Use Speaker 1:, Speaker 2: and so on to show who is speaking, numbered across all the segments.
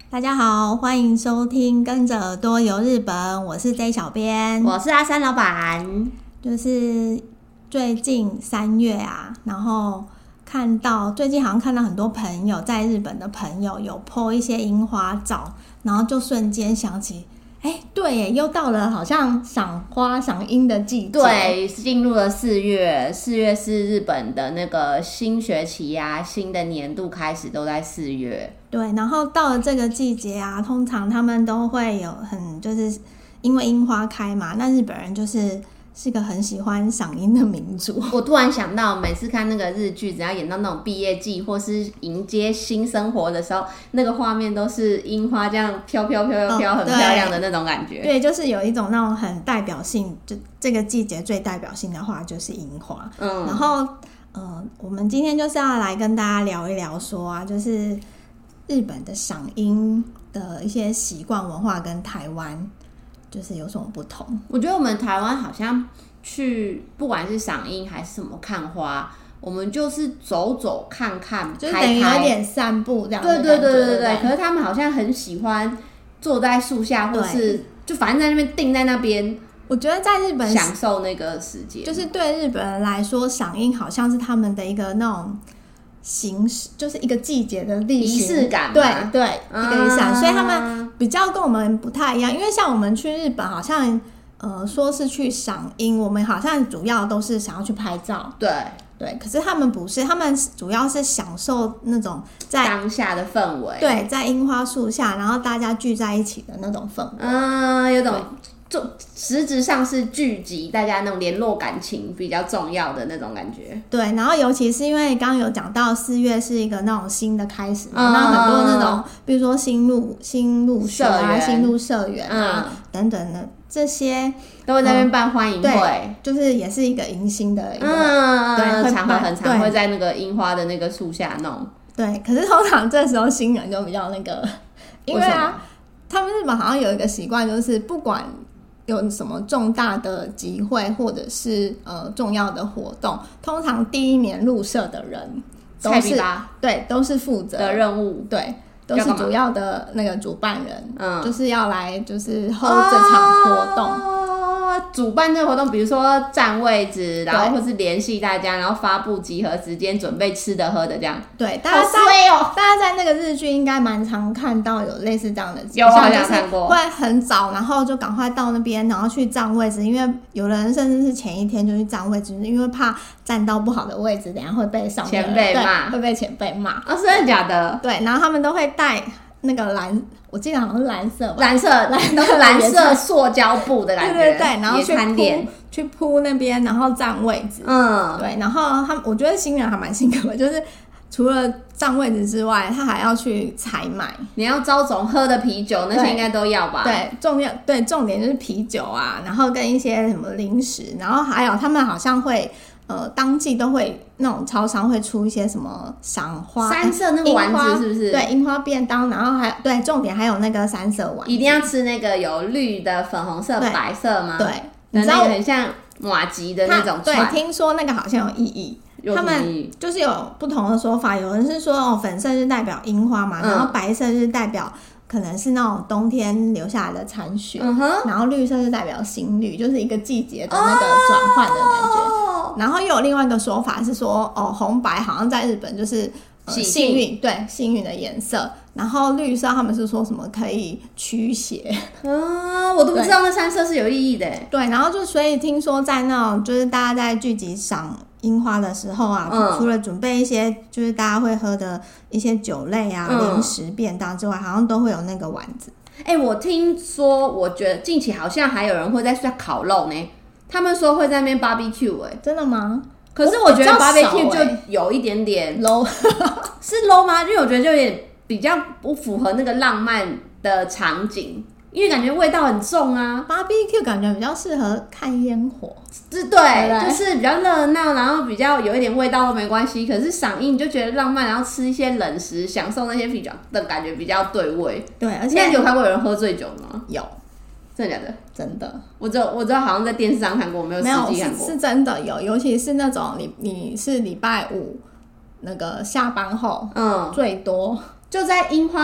Speaker 1: 大家好，欢迎收听跟着耳朵游日本，我是 J 小编，
Speaker 2: 我是阿三老板。
Speaker 1: 就是最近3月啊，然后最近好像看到很多朋友在日本的朋友有 po 一些樱花照，然后就瞬间想起，对耶，又到了好像赏花赏樱的季节。
Speaker 2: 对，进入了4月，4月是日本的那个新学期啊，新的年度开始都在4月。
Speaker 1: 对，然后到了这个季节啊，通常他们都会有就是因为樱花开嘛，那日本人是个很喜欢赏樱的民族。
Speaker 2: 我突然想到，每次看那个日剧，只要演到那种毕业季或是迎接新生活的时候，那个画面都是樱花这样飘飘飘飘飘，很漂亮的那种感觉。
Speaker 1: 对，就是有一种那种很代表性，就这个季节最代表性的花就是樱花。然后我们今天就是要来跟大家聊一聊说啊，就是日本的赏樱的一些习惯文化跟台湾就是有什么不同？
Speaker 2: 我觉得我们台湾好像去不管是赏樱还是什么看花，我们就是走走看看，
Speaker 1: 就是等于有点散步这样的感觉。
Speaker 2: 对。可是他们好像很喜欢坐在树下，或是就反正在那边定在那边。
Speaker 1: 我觉得在日本
Speaker 2: 享受那个时间，
Speaker 1: 就是对日本人来说，赏樱好像是他们的一个那种形式，就是一个季节的仪
Speaker 2: 式感嘛。
Speaker 1: 对，一个仪式感，所以他们比较跟我们不太一样。因为像我们去日本，好像说是去赏樱，我们好像主要都是想要去拍照。对，可是他们不是，他们主要是享受那种在
Speaker 2: 当下的氛围。
Speaker 1: 对，在樱花树下，然后大家聚在一起的那种氛围。
Speaker 2: 有种就实质上是聚集大家那种联络感情比较重要的那种感觉。
Speaker 1: 对，然后尤其是因为刚刚有讲到4月是一个那种新的开始嘛，那很多那种比如说新入学啊、新入社员啊等等的这些
Speaker 2: 都会在那边办欢迎会，
Speaker 1: 就是也是一个迎新的一个
Speaker 2: 对，场合很常会在那个樱花的那个树下弄。
Speaker 1: 对，可是通常这时候新人就比较那个，因为啊，他们日本好像有一个习惯，就是不管有什么重大的集会或者是重要的活动，通常第一年入社的人都是负责
Speaker 2: 的任务，
Speaker 1: 对，都是主要的那个主办人，就是要来就是 hold 这场活动。
Speaker 2: 主办这个活动，比如说占位置，然后或是联系大家，然后发布集合时间，准备吃的喝的这样。
Speaker 1: 对，大家在那个日剧应该蛮常看到有类似这样的，
Speaker 2: 有好像看过，
Speaker 1: 会很早，然后就赶快到那边，然后去占位置，因为有的人甚至是前一天就去占位置，因为怕占到不好的位置，等一下会被上面
Speaker 2: 前辈骂，
Speaker 1: 会被前辈骂。
Speaker 2: 是真的假的？
Speaker 1: 对，然后他们都会带那个我记得好像是蓝色吧，
Speaker 2: 都是蓝色塑胶布的感觉，
Speaker 1: 对，然后去铺那边，然后占位置，对，然后我觉得新人还蛮辛苦的，就是除了占位置之外，他还要去采买，
Speaker 2: 你要招总喝的啤酒那些应该都要吧？
Speaker 1: 对，重点就是啤酒啊，然后跟一些什么零食，然后还有他们好像会。当季都会那种超商会出一些什么赏花
Speaker 2: 3色那个丸子是不是？
Speaker 1: 对，樱花便当，然后对，重点还有那个3色丸子，
Speaker 2: 一定要吃那个有绿的、粉红色、白色吗？
Speaker 1: 对，
Speaker 2: 你知道很像麻糬的那种串。
Speaker 1: 对，听说那个好像有意义。他们就是有不同的说法，有人是说粉色是代表樱花嘛，然后白色是代表可能是那种冬天留下来的残雪，然后绿色是代表新绿，就是一个季节的那个转换的感觉。然后又有另外一个说法是说，红白好像在日本就是幸运，对，幸运的颜色。然后绿色他们是说什么可以驱邪
Speaker 2: 我都不知道那3色是有意义的。
Speaker 1: 对，然后所以听说在那种就是大家在聚集赏樱花的时候啊，除了准备一些就是大家会喝的一些酒类啊、零食、便当之外，好像都会有那个丸子。
Speaker 2: 我听说，我觉得近期好像还有人会在烤肉呢。他们说会在那边 barbecue
Speaker 1: 真的吗？
Speaker 2: 可是我觉得 barbecue 就有一点点
Speaker 1: low
Speaker 2: 是 low 吗？因为我觉得就有点比较不符合那个浪漫的场景，因为感觉味道很重啊。
Speaker 1: barbecue 感觉比较适合看烟火，
Speaker 2: 对，就是比较热闹，然后比较有一点味道都没关系。可是赏樱你就觉得浪漫，然后吃一些冷食，享受那些啤酒的感觉比较对味。
Speaker 1: 对，而且
Speaker 2: 你有看过有人喝醉酒吗？
Speaker 1: 有。
Speaker 2: 真的假的？
Speaker 1: 真的，
Speaker 2: 我知道好像在电视上看过，我没有实际看过。
Speaker 1: 是真的有，尤其是那种你是礼拜五那个下班后，最多
Speaker 2: 就在樱花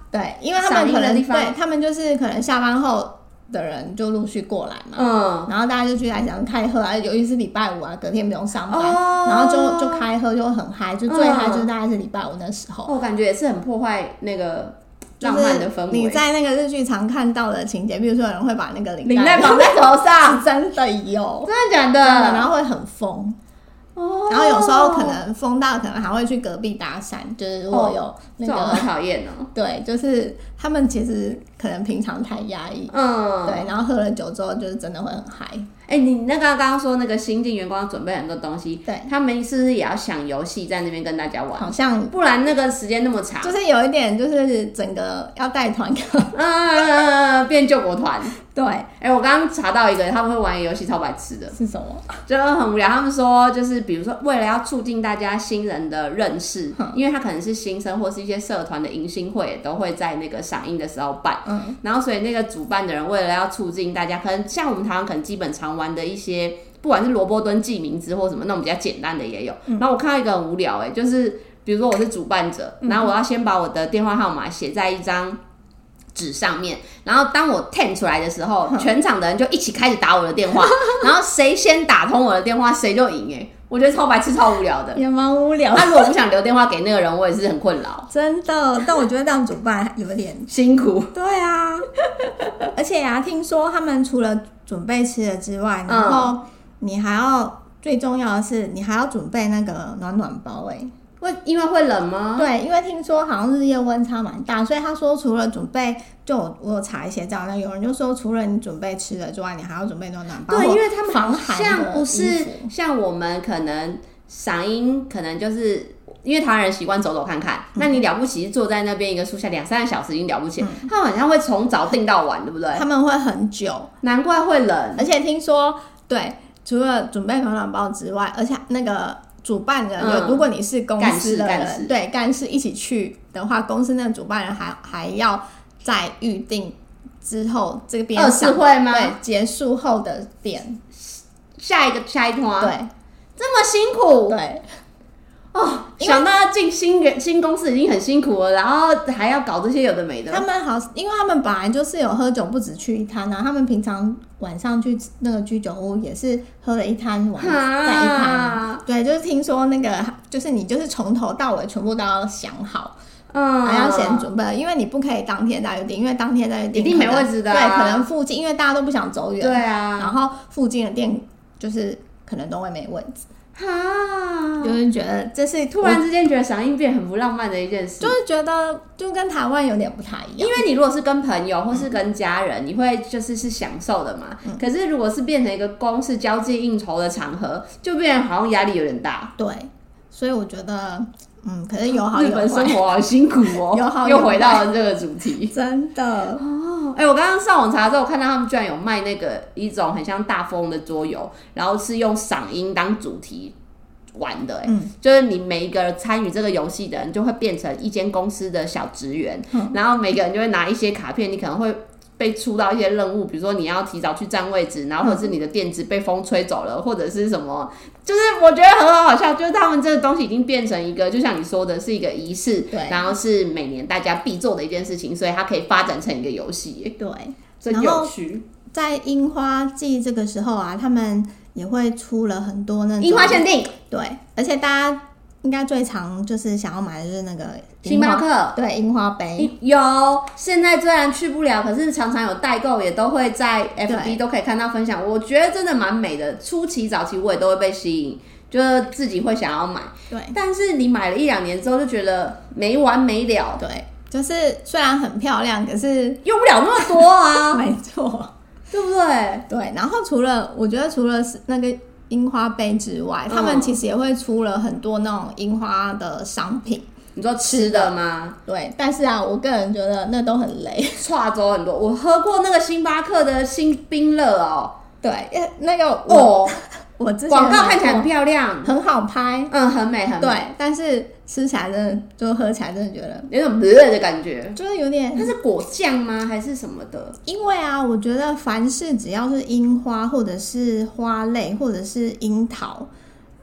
Speaker 1: 对，因为他们可能对他们就是可能下班后的人就陆续过来嘛，然后大家就去来讲开喝啊，尤其是礼拜五啊，隔天不用上班，然后就开喝就很嗨，就最嗨就是大概是礼拜五那时候。
Speaker 2: 我感觉也是很破坏那个浪漫的氛围。
Speaker 1: 你在那个日剧常看到的情节，比如说有人会把那个领
Speaker 2: 带绑在头上，
Speaker 1: 是真的有，
Speaker 2: 真的假的？
Speaker 1: 真的，然后会很疯。然后有时候可能疯到可能还会去隔壁搭讪，就是如果有那个
Speaker 2: 好讨厌哦。
Speaker 1: 对，就是他们其实可能平常太压抑，对，然后喝了酒之后就是真的会很嗨。
Speaker 2: 你那刚刚说那个新进员工要准备很多东西，
Speaker 1: 对，
Speaker 2: 他们是不是也要想游戏在那边跟大家玩？
Speaker 1: 好像
Speaker 2: 不然那个时间那么长，
Speaker 1: 就是有一点就是整个要带团
Speaker 2: 变救国团。
Speaker 1: 对，
Speaker 2: 我刚刚查到一个他们会玩游戏超白痴的，
Speaker 1: 是什么？
Speaker 2: 就很无聊。他们说就是比如说为了要促进大家新人的认识，因为他可能是新生或是一些社团的迎新会也都会在那个赏樱的时候办，然后所以那个主办的人为了要促进大家，可能像我们台湾可能基本常玩的一些，不管是萝卜蹲记名字或什么那种比较简单的也有。然后我看到一个很无聊就是比如说我是主办者，然后我要先把我的电话号码写在一张纸上面，然后当我 10 出来的时候，全场的人就一起开始打我的电话，然后谁先打通我的电话谁就赢。我觉得超白痴超无聊的，
Speaker 1: 也蛮无聊。
Speaker 2: 如果我不想留电话给那个人，我也是很困扰，
Speaker 1: 真的。但我觉得当主办有点
Speaker 2: 辛苦。
Speaker 1: 对啊，而且听说他们除了准备吃的之外，然后你还要最重要的是你还要准备那个暖暖包。
Speaker 2: 因为会冷吗？
Speaker 1: 对，因为听说好像日夜温差蛮大，所以他说除了准备，我有查一些资料，有人就说除了你准备吃的之外，你还要准备暖暖包。
Speaker 2: 对，因为他们
Speaker 1: 防寒
Speaker 2: 像不是像我们可能赏樱，可能就是因为台湾人习惯走走看看，那你了不起是坐在那边一个树下2-3个小时已经了不起，他们好像会从早订到晚，对不对？
Speaker 1: 他们会很久，
Speaker 2: 难怪会冷。
Speaker 1: 而且听说，对，除了准备暖暖包之外，而且那个主办人如果你是公司的人，对，干事一起去的话，公司那个主办人还要再预定之后这边
Speaker 2: 2次会吗？
Speaker 1: 对，结束后的点
Speaker 2: 下一团，
Speaker 1: 对，
Speaker 2: 这么辛苦，
Speaker 1: 对。
Speaker 2: 想到要进新公司已经很辛苦了，然后还要搞这些有的没的。
Speaker 1: 他们因为他们本来就是有喝酒不止去一摊啊，他们平常晚上去那个居酒屋也是喝了一摊再一摊。对，就是听说那个就是你就是从头到尾全部都要想好。还要先准备，因为你不可以当天再预定，因为当天再预定
Speaker 2: 一定没位置的。
Speaker 1: 对，可能附近因为大家都不想走远，
Speaker 2: 对啊，
Speaker 1: 然后附近的店就是可能都会没位置。就是觉得这是
Speaker 2: 突然之间觉得赏樱变很不浪漫的一件事，
Speaker 1: 就是觉得就跟台湾有点不太一样。
Speaker 2: 因为你如果是跟朋友或是跟家人，你会就是享受的嘛。可是如果是变成一个公事交际应酬的场合，就变成好像压力有点大。
Speaker 1: 对，所以我觉得可是有好有坏。
Speaker 2: 日本生活好辛苦哦，
Speaker 1: 有好
Speaker 2: 又回到了这个主题，
Speaker 1: 真的
Speaker 2: 我刚刚上网查之后，看到他们居然有卖那个一种很像大富翁的桌游，然后是用赏樱当主题玩的。就是你每一个参与这个游戏的人就会变成一间公司的小职员，然后每个人就会拿一些卡片，你可能会被出到一些任务，比如说你要提早去占位置，然后或者是你的电子被风吹走了，或者是什么，就是我觉得很好笑，就是他们这个东西已经变成一个，就像你说的是一个仪式，
Speaker 1: 对，
Speaker 2: 然后是每年大家必做的一件事情，所以它可以发展成一个游戏，
Speaker 1: 对，
Speaker 2: 真有趣。
Speaker 1: 在樱花季这个时候啊，他们也会出了很多那种
Speaker 2: 樱花限定，
Speaker 1: 对，而且大家应该最常就是想要买的就是那个
Speaker 2: 星巴克，
Speaker 1: 对，樱花杯
Speaker 2: 有。现在虽然去不了，可是常常有代购也都会在 FB 都可以看到分享，我觉得真的蛮美的。初期早期我也都会被吸引，就是自己会想要买，
Speaker 1: 对。
Speaker 2: 但是你买了1-2年之后就觉得没完没了，
Speaker 1: 对，就是虽然很漂亮，可是
Speaker 2: 用不了那么多啊，
Speaker 1: 没错，
Speaker 2: 对不对？
Speaker 1: 对。然后我觉得除了那个樱花杯之外，他们其实也会出了很多那种樱花的商品。
Speaker 2: 你说吃的吗？
Speaker 1: 对，但是我个人觉得那都很雷，
Speaker 2: 跨州很多。我喝过那个星巴克的新冰乐哦，
Speaker 1: 对，那个我之前
Speaker 2: 广告看起来很漂亮，
Speaker 1: 很好拍，
Speaker 2: 很美很美。
Speaker 1: 对，但是吃起来真的就喝起来真的觉得
Speaker 2: 有种热的感觉，
Speaker 1: 就是有点。
Speaker 2: 它是果酱吗？还是什么的？
Speaker 1: 因为我觉得凡是只要是樱花或者是花类或者是樱桃，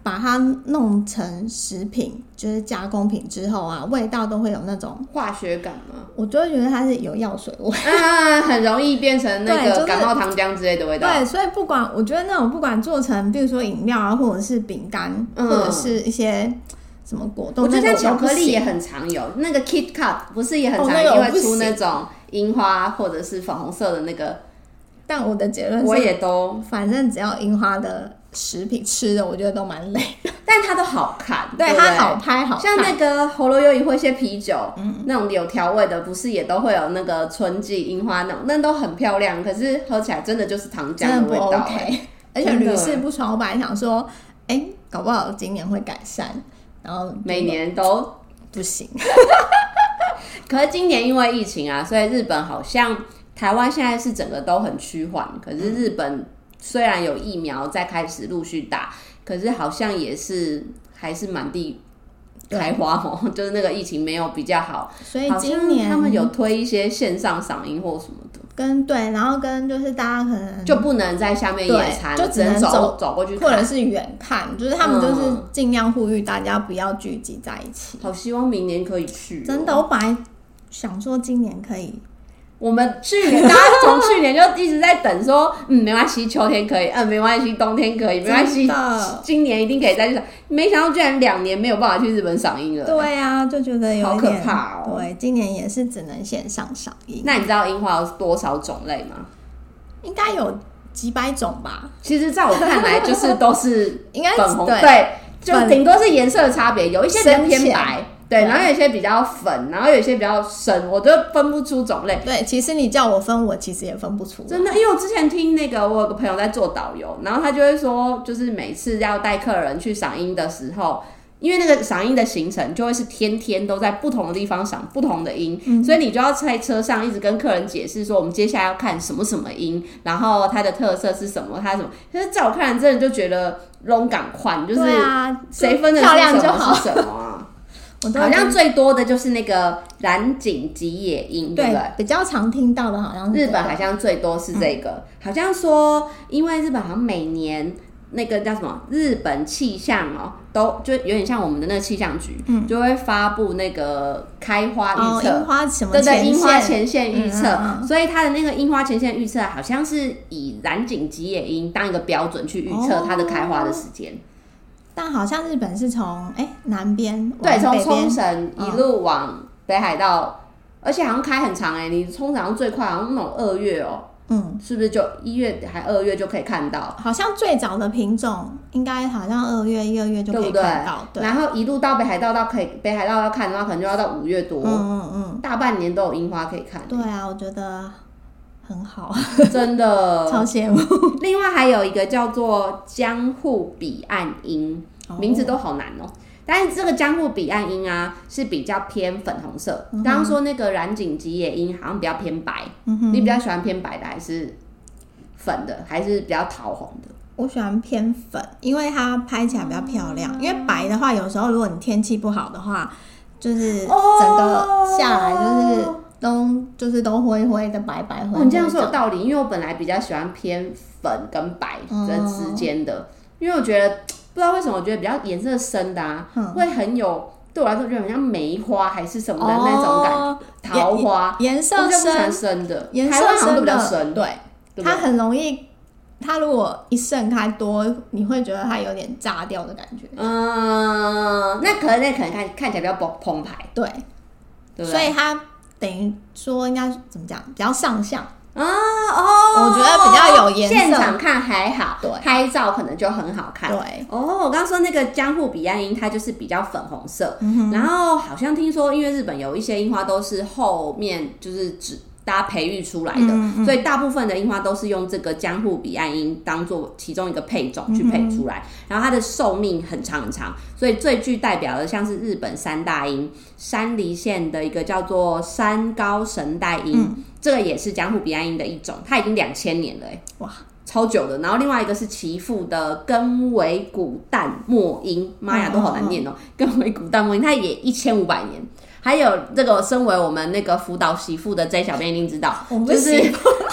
Speaker 1: 把它弄成食品，就是加工品之后啊，味道都会有那种
Speaker 2: 化学感吗？
Speaker 1: 我就会觉得它是有药水味
Speaker 2: 很容易变成那个感冒糖浆之类的味道。
Speaker 1: 对，所以我觉得那种不管做成比如说饮料啊，或者是饼干，或者是一些什么果冻，
Speaker 2: 我觉得巧克力也很常有，那个 Kit Kat 不是也很常因为出那种樱花或者是粉红色的那个。
Speaker 1: 但我的结论是，
Speaker 2: 我也都
Speaker 1: 反正只要樱花的食品吃的，我觉得都蛮累的。
Speaker 2: 但它都好看，
Speaker 1: 对，它好拍好看。
Speaker 2: 像那个喉咙优怡或一些啤酒，那种有调味的，不是也都会有那个春季樱花那都很漂亮，可是喝起来真的就是糖浆的味道。
Speaker 1: OK， 而且屡试不爽。我本来想说，搞不好今年会改善，然后
Speaker 2: 每年都
Speaker 1: 不行。
Speaker 2: 可是今年因为疫情啊，所以日本好像。台湾现在是整个都很趋缓，可是日本虽然有疫苗在开始陆续打，可是好像也是还是满地开花哦，就是那个疫情没有比较好，
Speaker 1: 所以今年
Speaker 2: 他们有推一些线上赏樱或什么的，
Speaker 1: 然后跟就是大家可能
Speaker 2: 就不能在下面野餐，
Speaker 1: 就只能
Speaker 2: 走过去看，
Speaker 1: 或者是远看，就是他们就是尽量呼吁大家不要聚集在一起。
Speaker 2: 好希望明年可以去
Speaker 1: 真的，我本来想说今年可以。
Speaker 2: 我们去年，大家从去年就一直在等说，没关系，秋天可以，没关系，冬天可以，没关系，今年一定可以再去。没想到居然2年没有办法去日本赏樱了。
Speaker 1: 对啊，就觉得有点
Speaker 2: 好可怕哦。
Speaker 1: 对，今年也是只能线上赏樱。
Speaker 2: 那你知道樱花有多少种类吗？
Speaker 1: 应该有几百种吧。
Speaker 2: 其实，在我看来，就是都是
Speaker 1: 应该
Speaker 2: 粉红，对，就顶多是颜色的差别，有一些比较偏白。对，然后有一些比较粉，然后有一些比较深，我都分不出种类。
Speaker 1: 对，其实你叫我分，我其实也分不出。
Speaker 2: 真的，因为我之前听那个，我有个朋友在做导游，然后他就会说，就是每次要带客人去赏樱的时候，因为那个赏樱的行程就会是天天都在不同的地方赏不同的樱，所以你就要在车上一直跟客人解释说，我们接下来要看什么什么樱，然后它的特色是什么，它什么。可是在我看来，真的就觉得拢赶快，就是谁分得出什么是什么啊？好像最多的就是那个染井吉野樱，对不对？
Speaker 1: 比较常听到的好像是
Speaker 2: 日本好像最多是这个，好像说因为日本好像每年那个叫什么日本气象都就有点像我们的那个气象局，就会发布那个开花预测，
Speaker 1: 樱花什么
Speaker 2: 对，樱花前线预测，所以它的那个樱花前线预测好像是以染井吉野樱当一个标准去预测它的开花的时间。
Speaker 1: 但好像日本是从南边，
Speaker 2: 对，从冲绳一路往北海道，而且好像开很长你冲绳好像最快好像那种2月是不是就1月还2月就可以看到？
Speaker 1: 好像最早的品种应该好像2月1、2月就可以看到，
Speaker 2: 对。然后一路到北海道北海道要看的话，可能就要到5月多，大半年都有樱花可以看。
Speaker 1: 对啊，我觉得很好，
Speaker 2: 真的
Speaker 1: 超羡慕。
Speaker 2: 另外还有一个叫做江户彼岸樱，名字都好难但是这个江户彼岸樱啊是比较偏粉红色。刚刚说那个染井吉野樱好像比较偏白，你比较喜欢偏白的还是粉的，还是比较桃红的？
Speaker 1: 我喜欢偏粉，因为它拍起来比较漂亮。因为白的话，有时候如果你天气不好的话，就是整个下来就是都灰灰的、白白灰灰。
Speaker 2: 你这样说有道理，因为我本来比较喜欢偏粉跟白的之间的，因为我觉得不知道为什么，我觉得比较颜色深的会很有，对我来说觉得很像梅花还是什么的那种感觉，桃花
Speaker 1: 颜色深，
Speaker 2: 我就不喜欢深的，
Speaker 1: 台湾好像都比
Speaker 2: 较深，
Speaker 1: 对，它很容易。它如果一盛开多，你会觉得它有点炸掉的感觉。
Speaker 2: 那可能看起来比较澎湃，
Speaker 1: 对，所以它等于说应该怎么讲，比较上相我觉得比较有颜色，
Speaker 2: 现场看还好，
Speaker 1: 对，
Speaker 2: 拍照可能就很好看。
Speaker 1: 对，
Speaker 2: 我刚刚说那个江户彼岸樱，它就是比较粉红色，然后好像听说，因为日本有一些樱花都是后面就是大家培育出来的，所以大部分的樱花都是用这个江户彼岸樱当做其中一个配种去配出来，然后它的寿命很长很长，所以最具代表的像是日本三大樱，山梨县的一个叫做山高神代樱，这个也是江户彼岸樱的一种，它已经2000年了哇，超久的。然后另外一个是岐阜的根尾古淡墨樱，妈呀，都好难念根尾古淡墨樱，它也1500年。还有这个，身为我们那个福岛媳妇的 J 小编一定知道，就是福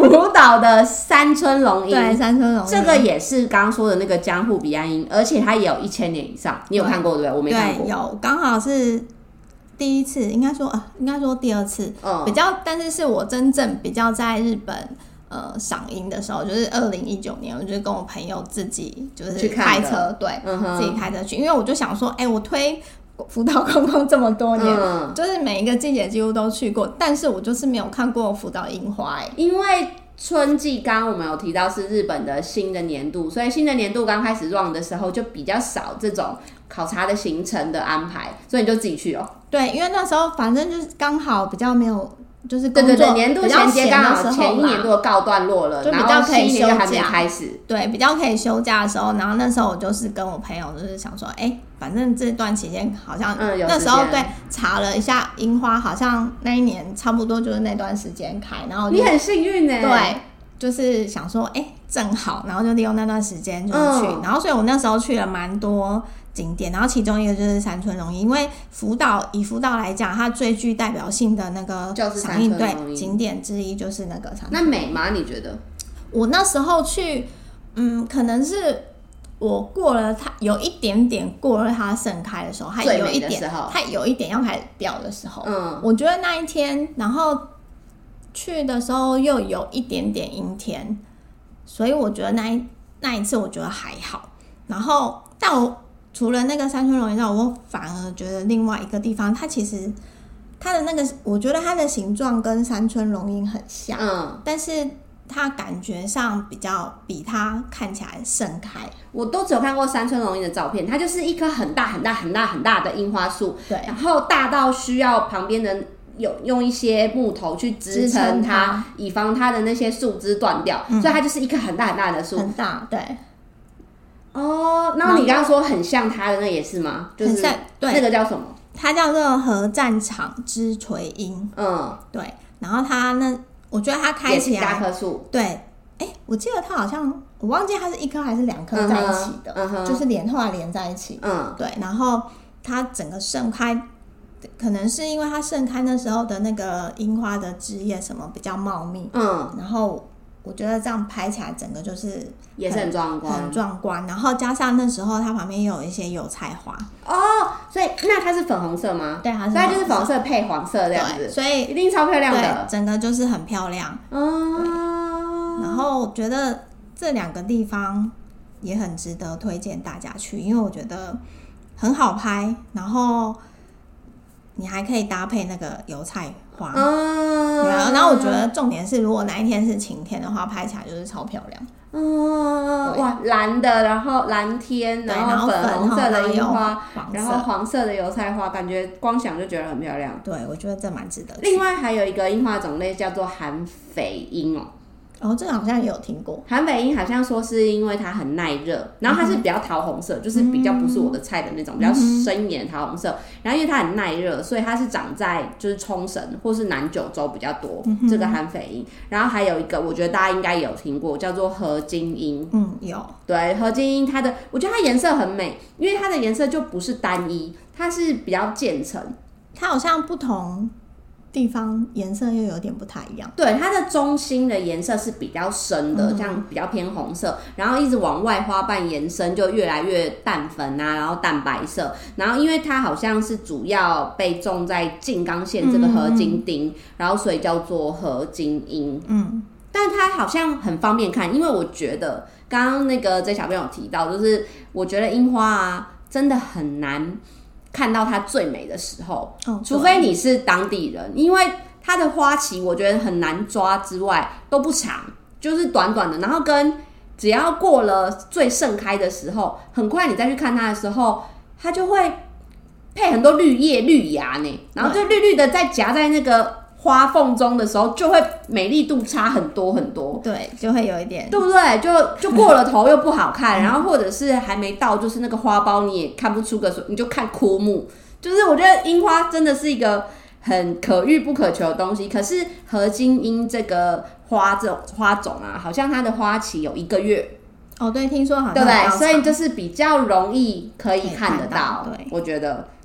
Speaker 2: 福岛的山村龙樱，
Speaker 1: 对，山村龙樱
Speaker 2: 这个也是刚刚说的那个江户彼岸樱，而且它也有1000年以上。你有看过对不对？我没看过。
Speaker 1: 对，有，刚好是第一次，应该说第二次，比较，但是我真正比较在日本赏樱的时候，就是2019年，我就跟我朋友自己就是开车，对，自己开车去，因为我就想说，我推福岛观光这么多年，就是每一个季节几乎都去过，但是我就是没有看过福岛樱花，
Speaker 2: 因为春季刚刚我们有提到是日本的新的年度，所以新的年度刚开始 run 的时候就比较少这种考察的行程的安排，所以你就自己去哦。
Speaker 1: 对，因为那时候反正就是刚好比较没有。就是
Speaker 2: 对，年度衔接刚好前一年度告段落了，
Speaker 1: 就比较可以休假，
Speaker 2: 还没开始。
Speaker 1: 对，比较可以休假的时候，然后那时候我就是跟我朋友就是想说，反正这段期间好像那时候对查了一下樱花，好像那一年差不多就是那段时间开，然后
Speaker 2: 你很幸运呢。
Speaker 1: 对，就是想说正好，然后就利用那段时间就去，然后所以我那时候去了蛮多景点，然后其中一个就是山村龙樱，因为以福岛来讲，它最具代表性的那个赏樱对景点之一就是那个山村。
Speaker 2: 那美吗？你觉得？
Speaker 1: 我那时候去，可能是我过了它有一点点过了它盛开的时候，它有一点要开始掉的时候，我觉得那一天，然后去的时候又有一点点阴天，所以我觉得那一次我觉得还好。然后，但我除了那个山村龙樱，我反而觉得另外一个地方，它其实它的那个，我觉得它的形状跟山村龙樱很像，但是它感觉上比它看起来盛开。
Speaker 2: 我都只有看过山村龙樱的照片，它就是一棵很大很大很大很大的樱花树，
Speaker 1: 对，
Speaker 2: 然后大到需要旁边的用一些木头去支撑它，以防它的那些树枝断掉，所以它就是一棵很大很大的树，
Speaker 1: 很大，对。
Speaker 2: 那你刚刚说很像它的那也是吗？就是对，那个叫什么？
Speaker 1: 它叫做核战场之垂樱。对。然后它我觉得它开起来
Speaker 2: 也是大棵树。
Speaker 1: 对。我记得它好像我忘记它是一颗还是2颗在一起的，就是后来连在一起。对。然后它整个盛开，可能是因为它盛开那时候的那个樱花的枝叶什么比较茂密。然后我觉得这样拍起来整个就是
Speaker 2: 也是很壮观，
Speaker 1: 很壮观。然后加上那时候它旁边也有一些油菜花
Speaker 2: 所以那它是粉红色吗？
Speaker 1: 对，它
Speaker 2: 就是粉红色配黄色这样子，
Speaker 1: 所以
Speaker 2: 一定超漂亮的，
Speaker 1: 对，整个就是很漂亮。然后我觉得这2个地方也很值得推荐大家去，因为我觉得很好拍，然后你还可以搭配那个油菜花。然后我觉得重点是，如果那一天是晴天的话，拍起来就是超漂亮。
Speaker 2: 哇，蓝的，然后蓝天，然后粉红色的樱花，然后黄色的油菜花，感觉光想就觉得很漂亮。
Speaker 1: 对，我觉得这蛮值得。
Speaker 2: 另外还有一个樱花种类叫做韩绯樱
Speaker 1: 这个好像也有听过。
Speaker 2: 韩绯樱好像说是因为它很耐热，然后它是比较桃红色，就是比较不是我的菜的那种比较深颜桃红色。然后因为它很耐热，所以它是长在就是冲绳或是南九州比较多。这个韩绯樱，然后还有一个我觉得大家应该有听过，叫做河津樱。
Speaker 1: 有。
Speaker 2: 对，河津樱我觉得它颜色很美，因为它的颜色就不是单一，它是比较渐层，
Speaker 1: 它好像不同地方颜色又有点不太一样。
Speaker 2: 对，它的中心的颜色是比较深的，像比较偏红色，然后一直往外花瓣延伸，就越来越淡粉然后淡白色。然后因为它好像是主要被种在静冈县这个河津町，然后所以叫做河津樱。但它好像很方便看，因为我觉得刚刚那个这小朋友提到，就是我觉得樱花真的很难看到它最美的时候，除非你是当地人，因为它的花期我觉得很难抓之外都不长，就是短短的，然后只要过了最盛开的时候，很快你再去看它的时候，它就会配很多绿叶绿芽呢，然后就绿绿的再夹在那个花缝中的时候，就会美丽度差很多很多。
Speaker 1: 对，就会有一点，
Speaker 2: 对不对？就过了头又不好看，然后或者是还没到，就是那个花苞你也看不出个，你就看枯木。就是我觉得樱花真的是一个很可遇不可求的东西，可是河津樱这个花种啊，好像它的花期有1个月。
Speaker 1: 对，听说好像
Speaker 2: 对不对？所以就是比较容易可以看得到。对，我觉得。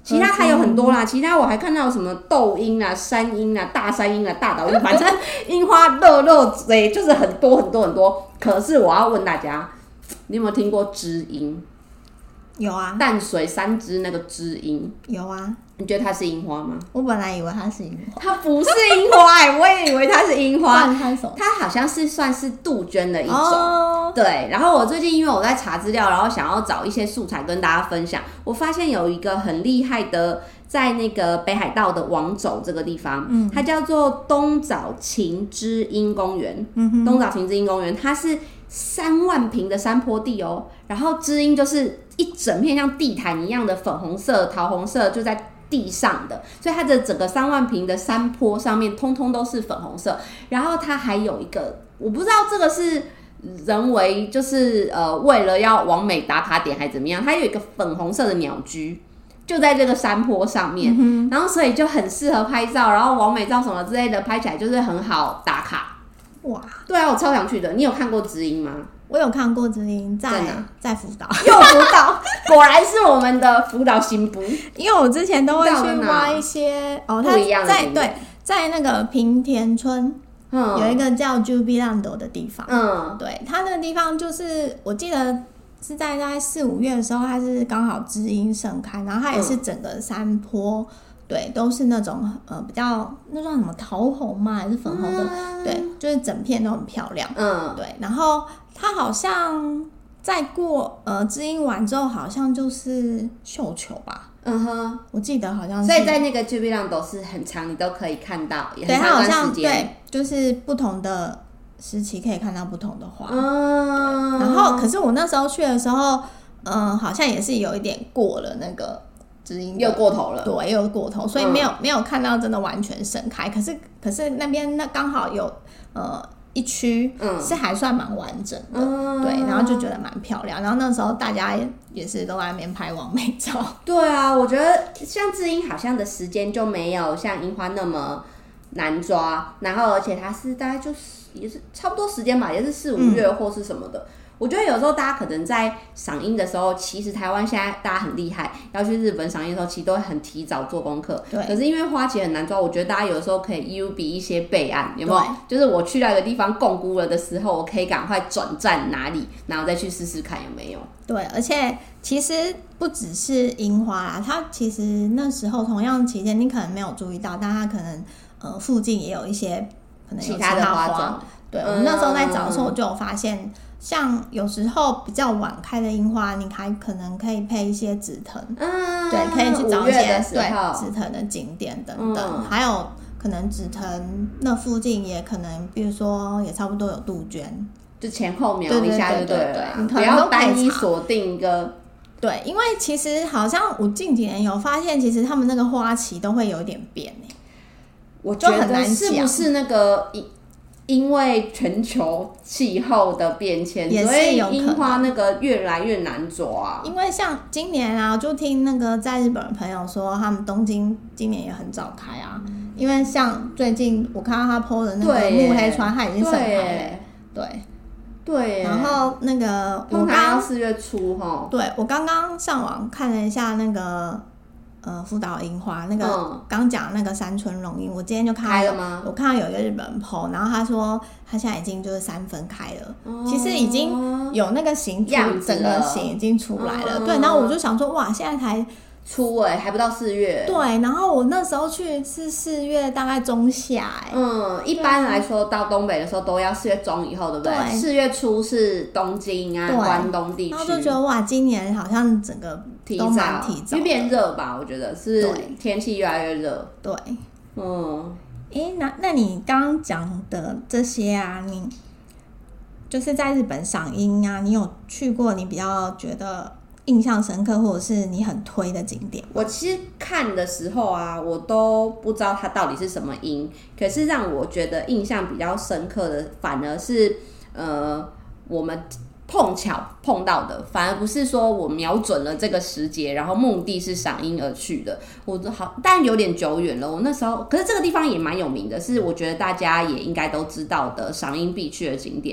Speaker 2: 其他还有很多啦，其他我还看到什么斗樱啊、山樱啊、大山樱啊、大岛樱，反正樱花乐就是很多很多很多。可是我要问大家，你有没有听过知樱？
Speaker 1: 有啊，
Speaker 2: 淡水3支那个知樱
Speaker 1: 有啊。
Speaker 2: 你觉得它是樱花吗？
Speaker 1: 我本来以为它是樱花，
Speaker 2: 它不是樱花我也以为它是樱花。
Speaker 1: 它
Speaker 2: 好像是算是杜鹃的一种。对，然后我最近因为我在查资料，然后想要找一些素材跟大家分享，我发现有一个很厉害的，在那个北海道的王冢这个地方，它叫做东早晴之樱公园。东早晴之樱公园，它是3万坪的山坡地哦，然后知樱就是一整片像地毯一样的粉红色、桃红色，就在地上的，所以它的整个3万坪的山坡上面通通都是粉红色。然后它还有一个，我不知道这个是人为，就是为了要往美打卡点还怎么样，它有一个粉红色的鸟居，就在这个山坡上面，然后所以就很适合拍照，然后网美照什么之类的，拍起来就是很好打卡。哇，对啊，我超想去的。你有看过知樱吗？
Speaker 1: 我有看过知樱，在福岛，
Speaker 2: 又福岛，果然是我们的福岛新部。
Speaker 1: 因为我之前都会去挖一些
Speaker 2: 不一样的景点。
Speaker 1: 在那个平田村，有一个叫 Jubiland 的地方。对，它那个地方就是我记得是在大概4、5月的时候，它是刚好知樱盛开，然后它也是整个山坡。对，都是那种比较那叫什么桃红吗？还是粉红的？对，就是整片都很漂亮。对，然后它好像在过知樱完之后，好像就是绣球吧。我记得好像是。
Speaker 2: 所以在那个 Jubiland 都是很长，你都可以看到，也很
Speaker 1: 长一段时间。
Speaker 2: 对，它好像
Speaker 1: 对，就是不同的时期可以看到不同的花。然后，可是我那时候去的时候，好像也是有一点过了那个。
Speaker 2: 又过头了，
Speaker 1: 对，又过头，所以没有看到真的完全盛开。可是那边刚好有一区是还算蛮完整的，对，然后就觉得蛮漂亮。然后那时候大家也是都在那边拍网美照。
Speaker 2: 对啊，我觉得像知樱好像的时间就没有像樱花那么难抓，然后而且它是大概就是也是差不多时间吧，也是4、5月或是什么的。我觉得有时候大家可能在赏樱的时候，其实台湾现在大家很厉害，要去日本赏樱的时候，其实都会很提早做功课。对。可是因为花期很难抓，我觉得大家有的时候可以 U 比一些备案，有没有？就是我去到一个地方共估了的时候，我可以赶快转站哪里，然后再去试试看有没有。
Speaker 1: 对，而且其实不只是樱花啦，它其实那时候同样期间你可能没有注意到，但它可能附近也有一些可能有其他
Speaker 2: 的花种。
Speaker 1: 对，我们那时候在找的时候，我就有发现。像有时候比较晚开的樱花，你还可能可以配一些紫藤，对，可以去找一些紫藤的景点等等，还有可能紫藤那附近也可能，比如说也差不多有杜鹃，
Speaker 2: 就前后瞄一下就对了，不要单一锁定一个。
Speaker 1: 对，因为其实好像我近几年有发现，其实他们那个花期都会有点变
Speaker 2: 我觉得是不是那个？因为全球气候的变迁，所以樱花那个越来越难抓。
Speaker 1: 因为像今年啊，就听那个在日本的朋友说，他们东京今年也很早开啊。因为像最近我看到他 po 的那个木黑川，它已经盛开了。对。然后那个
Speaker 2: 通常要4月初哈。
Speaker 1: 对，我刚刚上网看了一下那个。福岛樱花那个刚讲那个山村龙樱，我今天就看到我看到有一个日本人 po， 然后他说他现在已经就是3分开了，其实已经有那个形图，整个形已经出来了。对，然后我就想说，哇，现在才
Speaker 2: 初还不到4月。
Speaker 1: 对，然后我那时候去是4月大概中下
Speaker 2: 一般来说到东北的时候都要4月中以后，对不对？4月初是东京啊、关东地区，
Speaker 1: 然后就觉得哇，今年好像整个都蛮提早，
Speaker 2: 因为变热吧，我觉得是天气越来越热。
Speaker 1: 对，那你刚刚讲的这些啊，你就是在日本赏樱啊，你有去过你比较觉得印象深刻或者是你很推的景点？
Speaker 2: 我其实看的时候啊，我都不知道它到底是什么樱，可是让我觉得印象比较深刻的反而是我们碰巧碰到的，反而不是说我瞄准了这个时节，然后目的是赏樱而去的。但有点久远了。我那时候，可是这个地方也蛮有名的，是我觉得大家也应该都知道的赏樱必去的景点，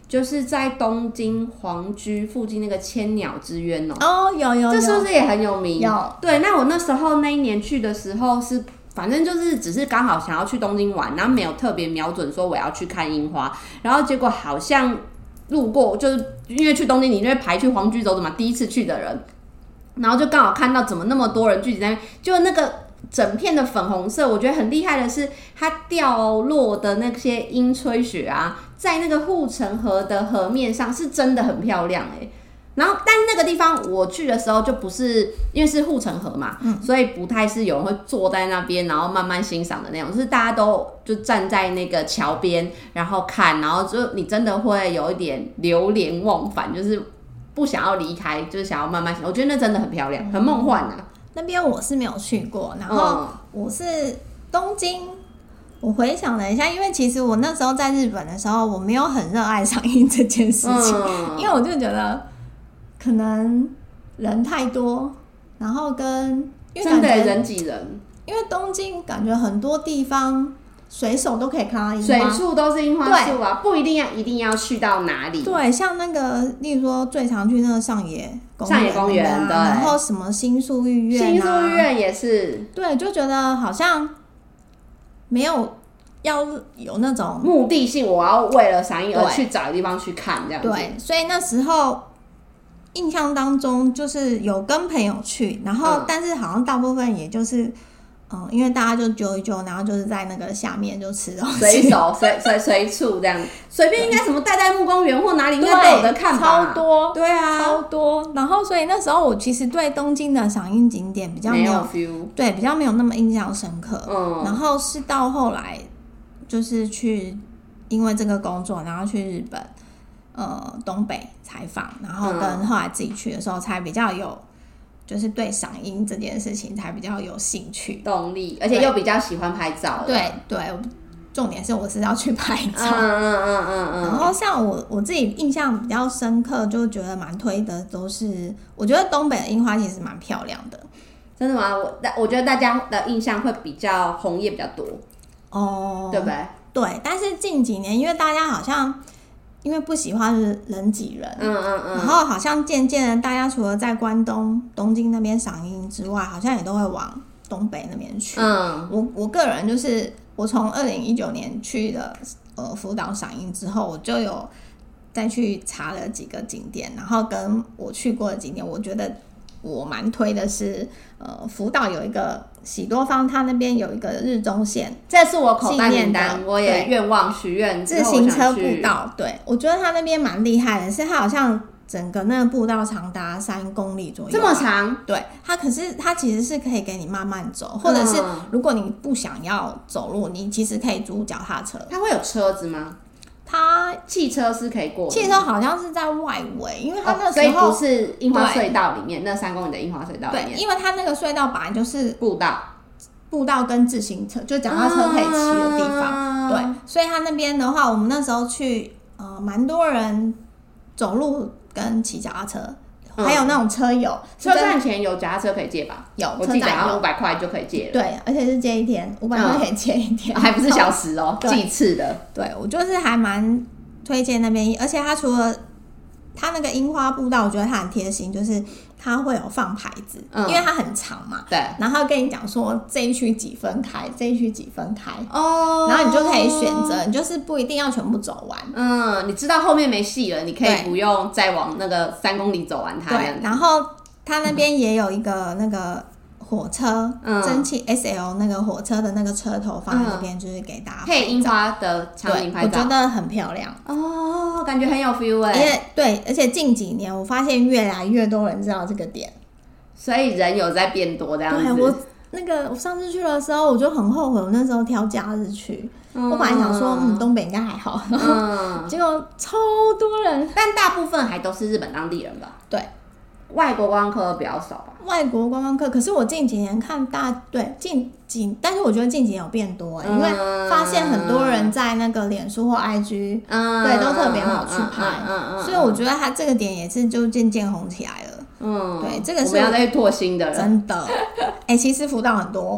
Speaker 2: 就是在东京皇居附近那个千鸟之渊
Speaker 1: 有，
Speaker 2: 这是不是也很有名？
Speaker 1: 有。
Speaker 2: 对，那我那时候那一年去的时候是，反正就是只是刚好想要去东京玩，然后没有特别瞄准说我要去看樱花，然后结果好像路过，就是因为去东京你就会排去皇居走嘛，第一次去的人，然后就刚好看到怎么那么多人聚集在那边，就那个整片的粉红色，我觉得很厉害的是它掉落的那些樱吹雪啊，在那个护城河的河面上是真的很漂亮然后但那个地方我去的时候就不是，因为是护城河嘛，所以不太是有人会坐在那边然后慢慢欣赏的那种，就是大家都就站在那个桥边然后看，然后就你真的会有一点流连忘返，就是不想要离开，就是想要慢慢想，我觉得那真的很漂亮，很梦幻啊。
Speaker 1: 那边我是没有去过，然后我是东京。我回想了一下，因为其实我那时候在日本的时候，我没有很热爱赏樱这件事情，因为我就觉得可能人太多，然后因为
Speaker 2: 真的人挤人，
Speaker 1: 因为东京感觉很多地方随手都可以看到樱花，
Speaker 2: 水处都是樱花树啊，不一定要去到哪里。
Speaker 1: 对，像那个，例如说最常去那个上野公园，
Speaker 2: 对，
Speaker 1: 然后什么新宿御苑
Speaker 2: 新宿御苑也是，
Speaker 1: 对，就觉得好像没有要有那种
Speaker 2: 目的性，我要为了赏樱而去找个地方去看这样子。
Speaker 1: 对，所以那时候印象当中就是有跟朋友去，然后但是好像大部分也就是。因为大家就揪一揪，然后就是在那个下面就吃东西，
Speaker 2: 随处这样，随便应该什么代代木公园或哪里应该都有的看吧，
Speaker 1: 超多，
Speaker 2: 对啊，
Speaker 1: 超多。然后所以那时候我其实对东京的赏樱景点比较没有
Speaker 2: feel，
Speaker 1: 对，比较没有那么印象深刻。然后是到后来就是因为这个工作，然后去日本东北采访，然后跟后来自己去的时候才比较有。就是对赏樱这件事情才比较有兴趣、
Speaker 2: 动力，而且又比较喜欢拍照。
Speaker 1: 对，重点是我是要去拍照。然后像我自己印象比较深刻，就觉得蛮推的都是，我觉得东北的樱花其实蛮漂亮的。
Speaker 2: 真的吗？我觉得大家的印象会比较红叶比较多对不对？
Speaker 1: 对，但是近几年因为大家好像。因为不喜欢人挤人，然后好像渐渐的，大家除了在关东京那边赏樱之外，好像也都会往东北那边去。我个人就是我从2019年去的福岛赏樱之后，我就有再去查了几个景点，然后跟我去过的景点，我觉得我蛮推的是福岛有一个喜多方，它那边有一个日中线，
Speaker 2: 这是我口袋名单，我也愿望许愿
Speaker 1: 自行车步道。对，我觉得它那边蛮厉害的，是它好像整个那个步道长达3公里左右，
Speaker 2: 这么长？
Speaker 1: 对，可是它其实是可以给你慢慢走，或者是如果你不想要走路，你其实可以租脚踏车。
Speaker 2: 它会有车子吗？
Speaker 1: 它
Speaker 2: 汽车是可以过的，
Speaker 1: 汽车好像是在外围，因为它那时候、
Speaker 2: 所以不是樱花隧道里面那3公里的樱花隧道里面，
Speaker 1: 对，因为它那个隧道本来就是
Speaker 2: 步道
Speaker 1: 跟自行车，就脚踏车可以骑的地方，对，所以它那边的话，我们那时候去，蛮多人走路跟骑脚踏车。还有那种车友，
Speaker 2: 车站前有脚踏车可以借吧？
Speaker 1: 有，
Speaker 2: 我记得好像500块就可以借了。
Speaker 1: 对，而且是借一天，500块可以借一天，
Speaker 2: 还不是小时哦，计次的。
Speaker 1: 对，我就是还蛮推荐那边，而且它除了它那个樱花步道，我觉得它很贴心，就是它会有放牌子，因为它很长嘛，
Speaker 2: 对，
Speaker 1: 然后跟你讲说这一区几分开，这一区几分开，
Speaker 2: 然
Speaker 1: 后你就可以选择，你就是不一定要全部走完，
Speaker 2: 你知道后面没戏了，你可以不用再往那个3公里走完它。
Speaker 1: 对，然后它那边也有一个那个火车，蒸汽 SL 那个火车的那个车头放在那边，就是给大家
Speaker 2: 配樱花的场景拍照，
Speaker 1: 我觉得很漂亮
Speaker 2: 感觉很有 feel
Speaker 1: 对，而且近几年我发现越来越多人知道这个点，
Speaker 2: 所以人有在变多这样子。
Speaker 1: 对，我上次去的时候，我就很后悔，我那时候挑假日去，我本来想说，东北应该还好，结果超多人，
Speaker 2: 但大部分还都是日本当地人吧？
Speaker 1: 对。
Speaker 2: 外国观光客比较少吧？
Speaker 1: 外国观光客，可是我近几年看但是我觉得近几年有变多因为发现很多人在那个脸书或 IG，对，都特别好去拍，所以我觉得它这个点也是就渐渐红起来了。对，这个是
Speaker 2: 我们要再拓新的了，
Speaker 1: 真的。其实福岛很多，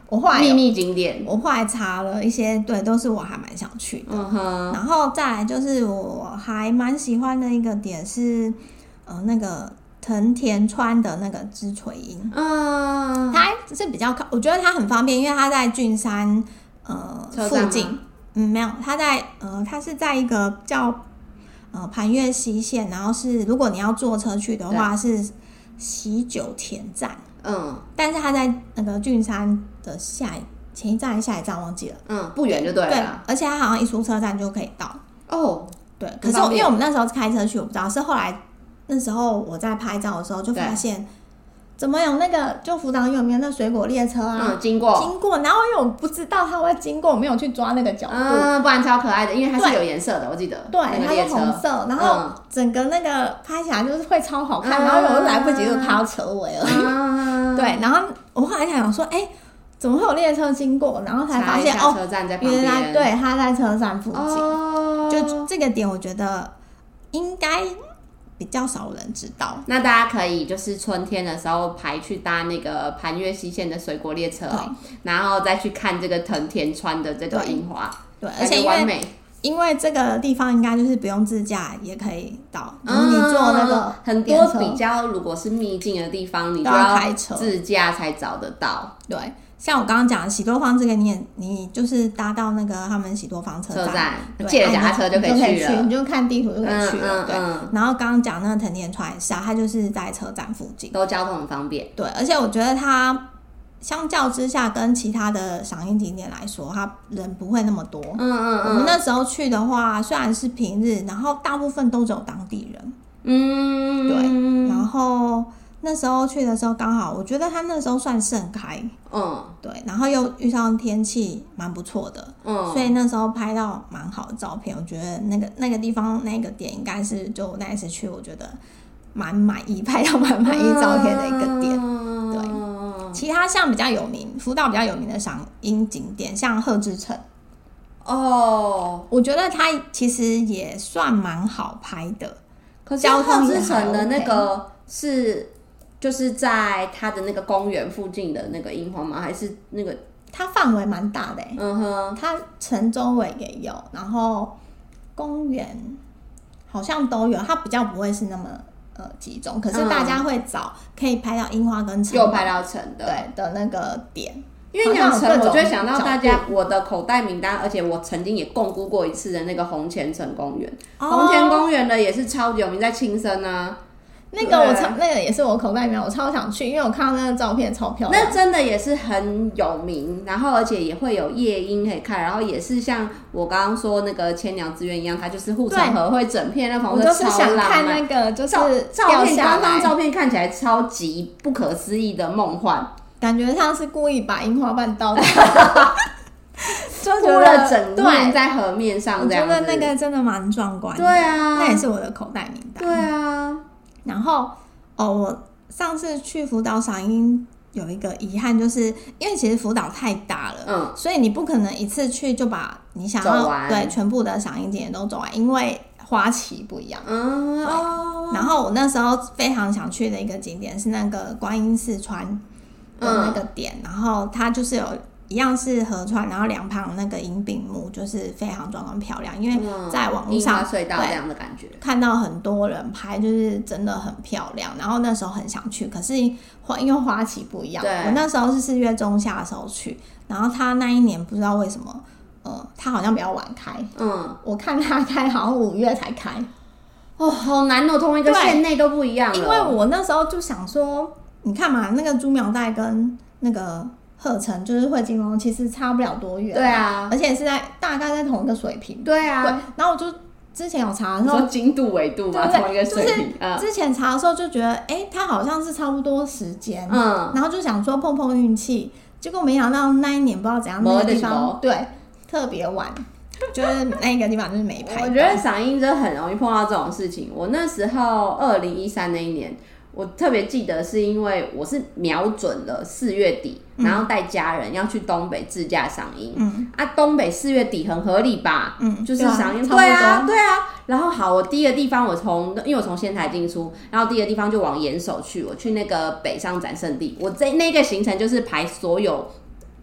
Speaker 1: 我后来
Speaker 2: 秘密景点，
Speaker 1: 我后来查了一些，对，都是我还蛮想去的。然后再来就是我还蛮喜欢的一个点是，那个藤田川的那个知锤樱，它是比较我觉得它很方便，因为它在郡山附近，没有，它是在一个叫磐越西线，然后是如果你要坐车去的话是喜久田站。但是它在那个郡山的前一站还是下一站忘记了，
Speaker 2: 不远就对了。对，
Speaker 1: 而且它好像一出车站就可以到。对，可是因为我们那时候开车去，我不知道，是后来那时候我在拍照的时候就发现，怎么有那个就福岛有没有那水果列车啊？经过，然后因为我不知道它会经过，我没有去抓那个角度，
Speaker 2: 不然超可爱的，因为它是有颜色的，我记得。
Speaker 1: 对，它是红色，然后整个那个拍起来就是会超好看，然后我又来不及就拍到车尾而已。对，然后我后来想说，怎么会有列车经过？然后才发现
Speaker 2: 车站在旁边，
Speaker 1: 原来对，它在车站附近。就这个点，我觉得应该比较少人知道。
Speaker 2: 那大家可以就是春天的时候排去搭那个磐越西线的水果列车，然后再去看这个藤田川的这个樱花。
Speaker 1: 对，而且因为这个地方应该就是不用自驾也可以到，然后你坐那个
Speaker 2: 很多比较如果是秘境的地方，你就要开车自驾才找得到。
Speaker 1: 对，像我刚刚讲的喜多方这个你就是搭到那个他们喜多方车站，
Speaker 2: 借了脚踏车就可以去了，
Speaker 1: 你就看地图就可以去了。对，然后刚刚讲那个藤田川也是它就是在车站附近，
Speaker 2: 都交通很方便。
Speaker 1: 对，而且我觉得它相较之下，跟其他的赏樱景点来说，它人不会那么多。我们那时候去的话，虽然是平日，然后大部分都只有当地人。对。然后那时候去的时候，刚好我觉得它那时候算盛开。对。然后又遇上天气蛮不错的。所以那时候拍到蛮好的照片。我觉得那个地方那个点应该是就我那一次去，我觉得蛮满意，拍到蛮满意照片的一个点。对。其他像比较有名，福岛比较有名的赏樱景点，像鹤之城，我觉得它其实也算蛮好拍的。
Speaker 2: 可是鹤之城的那个就是在它的那个公园附近的那个樱花吗？还是那个？
Speaker 1: 它范围蛮大的它城周围也有，然后公园好像都有，它比较不会是那么集中，可是大家会找可以拍到樱花跟城，
Speaker 2: 又拍到城的
Speaker 1: 对的那个点。
Speaker 2: 因为讲城，我就会想到大家我的口袋名单，而且我曾经也共估过一次的那个红前城公园。红前公园的也是超级有名，在青森啊。
Speaker 1: 那个那个也是我口袋里面，我超想去，因为我看到那个照片超漂亮。
Speaker 2: 那真的也是很有名，然后而且也会有夜樱可以看，然后也是像我刚刚说那个千鸟之渊一样，它就是护城河会整片那黄色，
Speaker 1: 我就是想看那个就是
Speaker 2: 照片，刚刚照片看起来超级不可思议的梦幻，
Speaker 1: 感觉像是故意把樱花瓣倒在
Speaker 2: 就铺了整面在河面上这样子。
Speaker 1: 我觉得那个真的蛮壮观的。
Speaker 2: 对啊，
Speaker 1: 那也是我的口袋名单。
Speaker 2: 对啊。
Speaker 1: 然后我上次去福岛赏樱有一个遗憾，就是因为其实福岛太大了，所以你不可能一次去就把你想要对全部的赏樱景点都走完，因为花期不一样。然后我那时候非常想去的一个景点是那个观音寺川的那个点，然后它就是有一样是河川，然后两旁那个银柄木就是非常壮观漂亮，因为在网络上
Speaker 2: 樱花隧道这样的感觉，
Speaker 1: 看到很多人拍，就是真的很漂亮。然后那时候很想去，可是因为花期不一样，我那时候是4月中下的时候去，然后他那一年不知道为什么，他好像比较晚开，我看他开好像5月才开，
Speaker 2: 好难哦，同一个县内都不一样了。
Speaker 1: 因为我那时候就想说，你看嘛，那个猪苗代跟那个鹤城就是汇金龙其实差不了多远，
Speaker 2: 对啊，
Speaker 1: 而且是大概在同一个水平，
Speaker 2: 对啊。
Speaker 1: 对，然后我就之前有查的时候，
Speaker 2: 你说经度纬度嘛，同一个水平。
Speaker 1: 就是之前查的时候就觉得，它好像是差不多时间，然后就想说碰碰运气，结果没想到那一年不知道怎样，那个地方对特别晚，就是那个地方就是没拍。
Speaker 2: 我觉得赏樱真的很容易碰到这种事情。我那时候2013那一年。我特别记得是因为我是瞄准了4月底，然后带家人要去东北自驾赏樱。东北4月底很合理吧？就是赏樱，对啊。然后好，我第一个地方因为我从仙台进出，然后第一个地方就往岩手去，我去那个北上展胜地。我那个行程就是排所有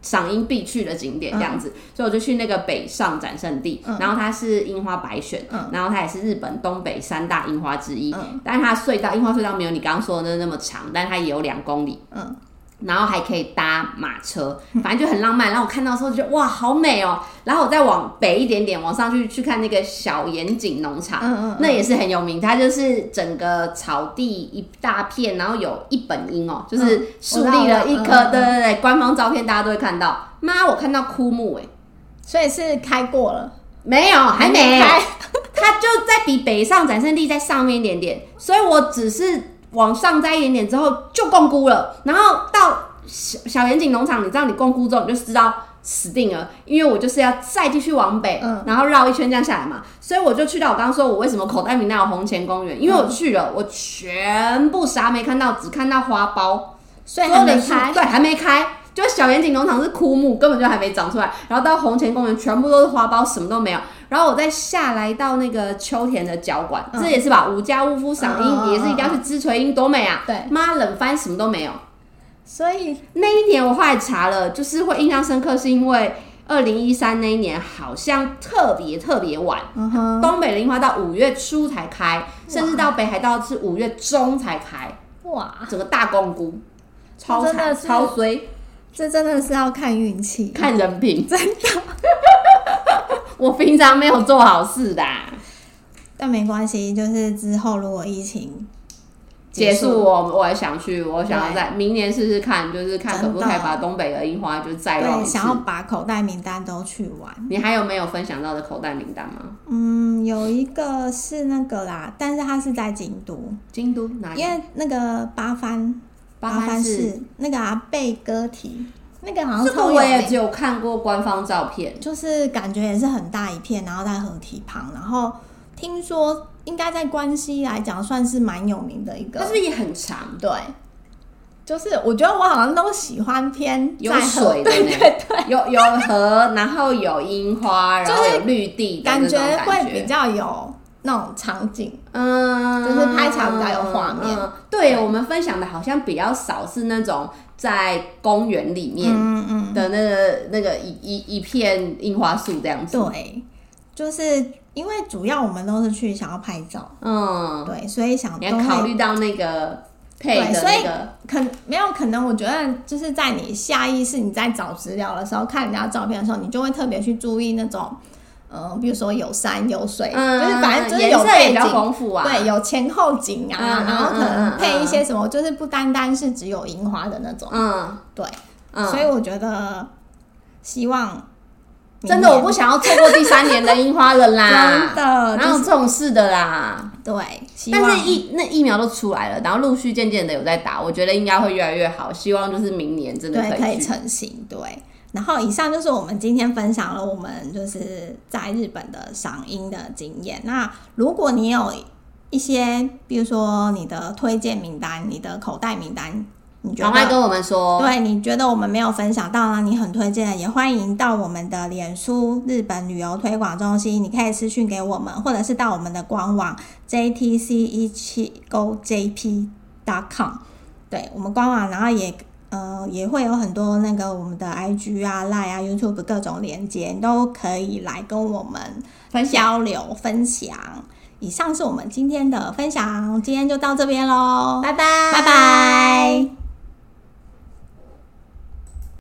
Speaker 2: 赏樱必去的景点这样子，所以我就去那个北上展胜地，然后它是樱花百选，然后它也是日本东北3大樱花之一，但是它樱花隧道没有你刚刚说的那么长，但是它也有2公里，然后还可以搭马车，反正就很浪漫。然后我看到的时候就觉得哇，好美哦。然后我再往北一点点，往上去看那个小岩井农场，那也是很有名。它就是整个草地一大片，然后有一本樱哦，就是树立了一棵，对，官方照片大家都会看到。妈，我看到枯木
Speaker 1: 所以是开过了？
Speaker 2: 没有，还没开。它就在比北上展胜地在上面一点点，所以我只是往上摘一点点之后就共估了，然后到小岩井农场，你知道你共估之后你就知道死定了，因为我就是要再继续往北，然后绕一圈这样下来嘛，所以我就去到我刚刚说我为什么口袋名单有红钱公园，因为我去了，我全部啥没看到，只看到花苞，
Speaker 1: 所以还没开，
Speaker 2: 对，还没开。就小岩井农场是枯木，根本就还没长出来，然后到红钱公园全部都是花苞，什么都没有。然后我再下来到那个秋田的角馆，这也是吧，五家屋夫赏樱，也是一定要去枝垂樱，多美啊！
Speaker 1: 对，
Speaker 2: 妈，冷翻什么都没有。
Speaker 1: 所以
Speaker 2: 那一年我后来查了，就是会印象深刻，是因为2013那一年好像特别晚，东北的樱花到5月初才开，甚至到北海道是5月中才开，哇，整个大共估，超惨超衰。
Speaker 1: 这真的是要看运气，
Speaker 2: 看人品，
Speaker 1: 真的。
Speaker 2: 我平常没有做好事的，
Speaker 1: 但没关系，就是之后如果疫情
Speaker 2: 结束，我也想去，我想要在明年试试看，就是看可不可以把东北的樱花就再绕一次。
Speaker 1: 想要把口袋名单都去玩。
Speaker 2: 你还有没有分享到的口袋名单吗？
Speaker 1: 有一个是那个啦，但是它是在京都。
Speaker 2: 京都哪里？
Speaker 1: 因为那个八幡市那个贝歌体，那个好像
Speaker 2: 这个我也只有看过官方照片，
Speaker 1: 就是感觉也是很大一片，然后在河堤旁，然后听说应该在关西来讲算是蛮有名的一个，
Speaker 2: 但是也很长，
Speaker 1: 对。就是我觉得我好像都喜欢偏
Speaker 2: 有水的，
Speaker 1: 对，有
Speaker 2: 河，然后有樱花，然后有绿地的那种感觉，
Speaker 1: 会比较有那种场景，就是拍起来比较有画面。
Speaker 2: 对，我们分享的好像比较少是那种在公园里面的那个一片樱花树这样子。
Speaker 1: 对，就是因为主要我们都是去想要拍照，对，所以你
Speaker 2: 要考虑到那个配的那个，
Speaker 1: 没有可能，我觉得就是在你下意识你在找资料的时候，看人家照片的时候，你就会特别去注意那种。比如说有山有水，就是反正就是有背景，
Speaker 2: 比较丰富啊，
Speaker 1: 对，有前后景啊，然后可能配一些什么，就是不单单是只有樱花的那种，对，所以我觉得希望
Speaker 2: 真的我不想要错过第3年的樱花了啦，
Speaker 1: 真的
Speaker 2: 哪有这种事的啦？
Speaker 1: 对，
Speaker 2: 但是疫苗都出来了，然后陆续渐渐的有在打，我觉得应该会越来越好，希望就是明年真的
Speaker 1: 可以成型，对。然后以上就是我们今天分享了我们就是在日本的赏樱的经验。那如果你有一些比如说你的推荐名单，你的口袋名单，你觉得
Speaker 2: 赶快跟我们说，
Speaker 1: 对，你觉得我们没有分享到，你很推荐的，也欢迎到我们的脸书日本旅游推广中心，你可以私讯给我们，或者是到我们的官网 jtc175jp.com， 对，我们官网，然后也会有很多那个我们的 IG 啊、Line 啊、YouTube 各种连结，你都可以来跟我们交流分享。以上是我们今天的分享，今天就到这边咯，
Speaker 2: 拜拜，
Speaker 1: 拜拜。